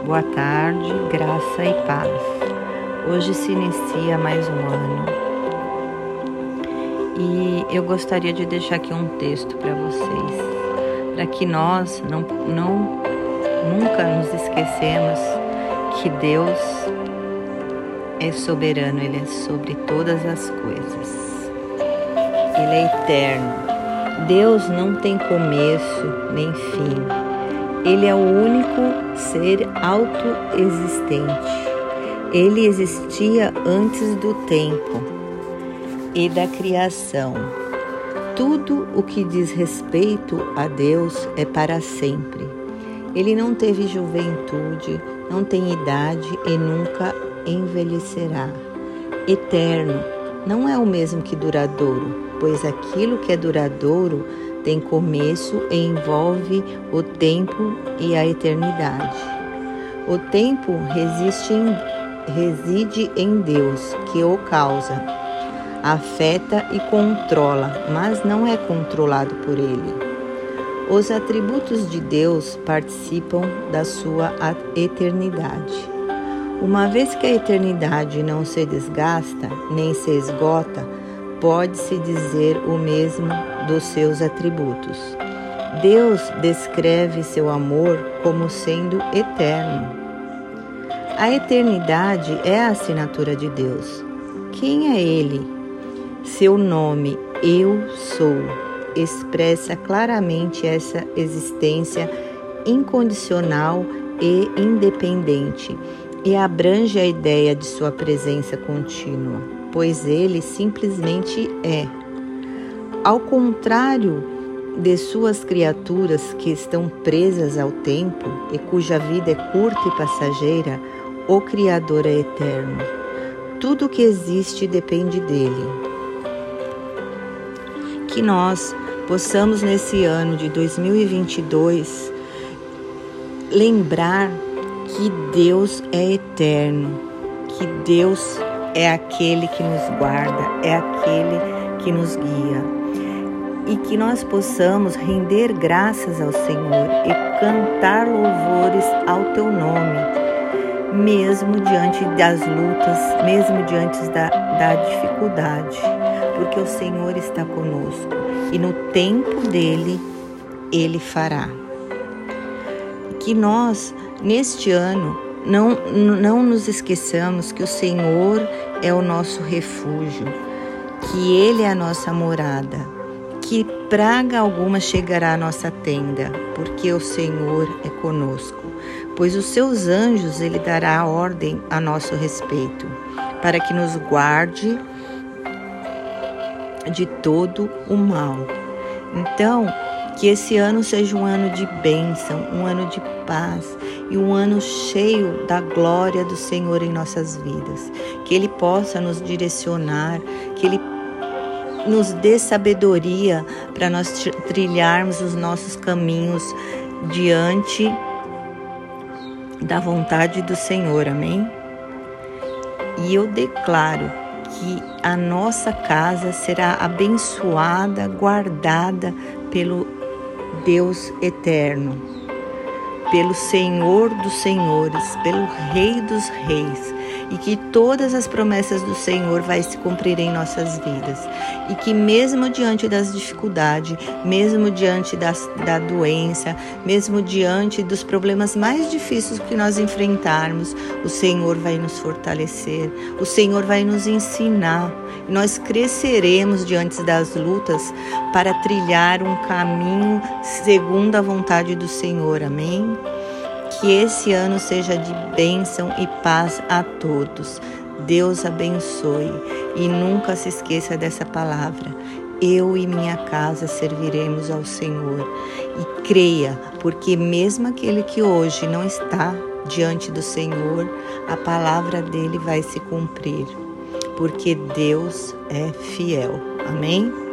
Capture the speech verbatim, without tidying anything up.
Boa tarde, graça e paz. Hoje se inicia mais um ano e eu gostaria de deixar aqui um texto para vocês, para que nós não, não nunca nos esquecemos que Deus é soberano, Ele é sobre todas as coisas. Ele é eterno. Deus não tem começo nem fim. Ele é o único ser autoexistente. Ele existia antes do tempo e da criação. Tudo o que diz respeito a Deus é para sempre. Ele não teve juventude, não tem idade e nunca envelhecerá. Eterno não é o mesmo que duradouro, pois aquilo que é duradouro tem começo e envolve o tempo e a eternidade. O tempo resiste em, reside em Deus, que o causa, afeta e controla, mas não é controlado por Ele. Os atributos de Deus participam da sua eternidade. Uma vez que a eternidade não se desgasta, nem se esgota, pode-se dizer o mesmo dos seus atributos. Deus descreve seu amor como sendo eterno. A eternidade é a assinatura de Deus. Quem é Ele? Seu nome, Eu Sou, expressa claramente essa existência incondicional e independente e abrange a ideia de sua presença contínua, pois Ele simplesmente é. Ao contrário de suas criaturas que estão presas ao tempo e cuja vida é curta e passageira, o Criador é eterno. Tudo o que existe depende dele. Que nós possamos nesse ano de dois mil e vinte e dois lembrar que Deus é eterno, que Deus é aquele que nos guarda, é aquele que nos guia. E que nós possamos render graças ao Senhor e cantar louvores ao Teu nome, mesmo diante das lutas, mesmo diante da, da dificuldade, porque o Senhor está conosco e no tempo dele, Ele fará. Que nós, neste ano, não, não nos esqueçamos que o Senhor é o nosso refúgio, que Ele é a nossa morada, que praga alguma chegará à nossa tenda, porque o Senhor é conosco, pois os seus anjos Ele dará ordem a nosso respeito, para que nos guarde de todo o mal. Então, que esse ano seja um ano de bênção, um ano de paz e um ano cheio da glória do Senhor em nossas vidas. Que Ele possa nos direcionar, que Ele nos dê sabedoria para nós trilharmos os nossos caminhos diante da vontade do Senhor, amém? E eu declaro que a nossa casa será abençoada, guardada pelo Deus eterno, pelo Senhor dos senhores, pelo Rei dos reis, e que todas as promessas do Senhor vai se cumprir em nossas vidas, e que mesmo diante das dificuldades, mesmo diante das, da doença, mesmo diante dos problemas mais difíceis que nós enfrentarmos, o Senhor vai nos fortalecer, o Senhor vai nos ensinar, e nós cresceremos diante das lutas para trilhar um caminho segundo a vontade do Senhor, amém? Que esse ano seja de bênção e paz a todos. Deus abençoe e nunca se esqueça dessa palavra. Eu e minha casa serviremos ao Senhor. E creia, porque mesmo aquele que hoje não está diante do Senhor, a palavra dele vai se cumprir, porque Deus é fiel. Amém?